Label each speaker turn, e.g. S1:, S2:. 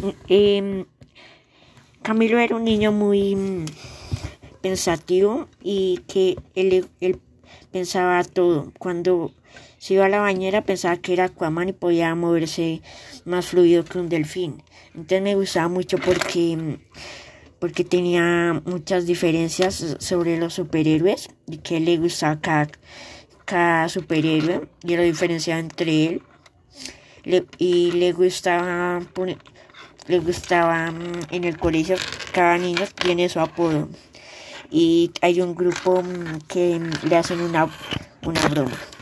S1: Camilo era un niño muy pensativo y que él pensaba todo. Cuando se iba a la bañera pensaba que era Aquaman y podía moverse más fluido que un delfín. Entonces me gustaba mucho porque tenía muchas diferencias sobre los superhéroes y que le gustaba cada superhéroe y la diferencia entre él. Le gustaba en el colegio, cada niño tiene su apodo y hay un grupo que le hacen una broma.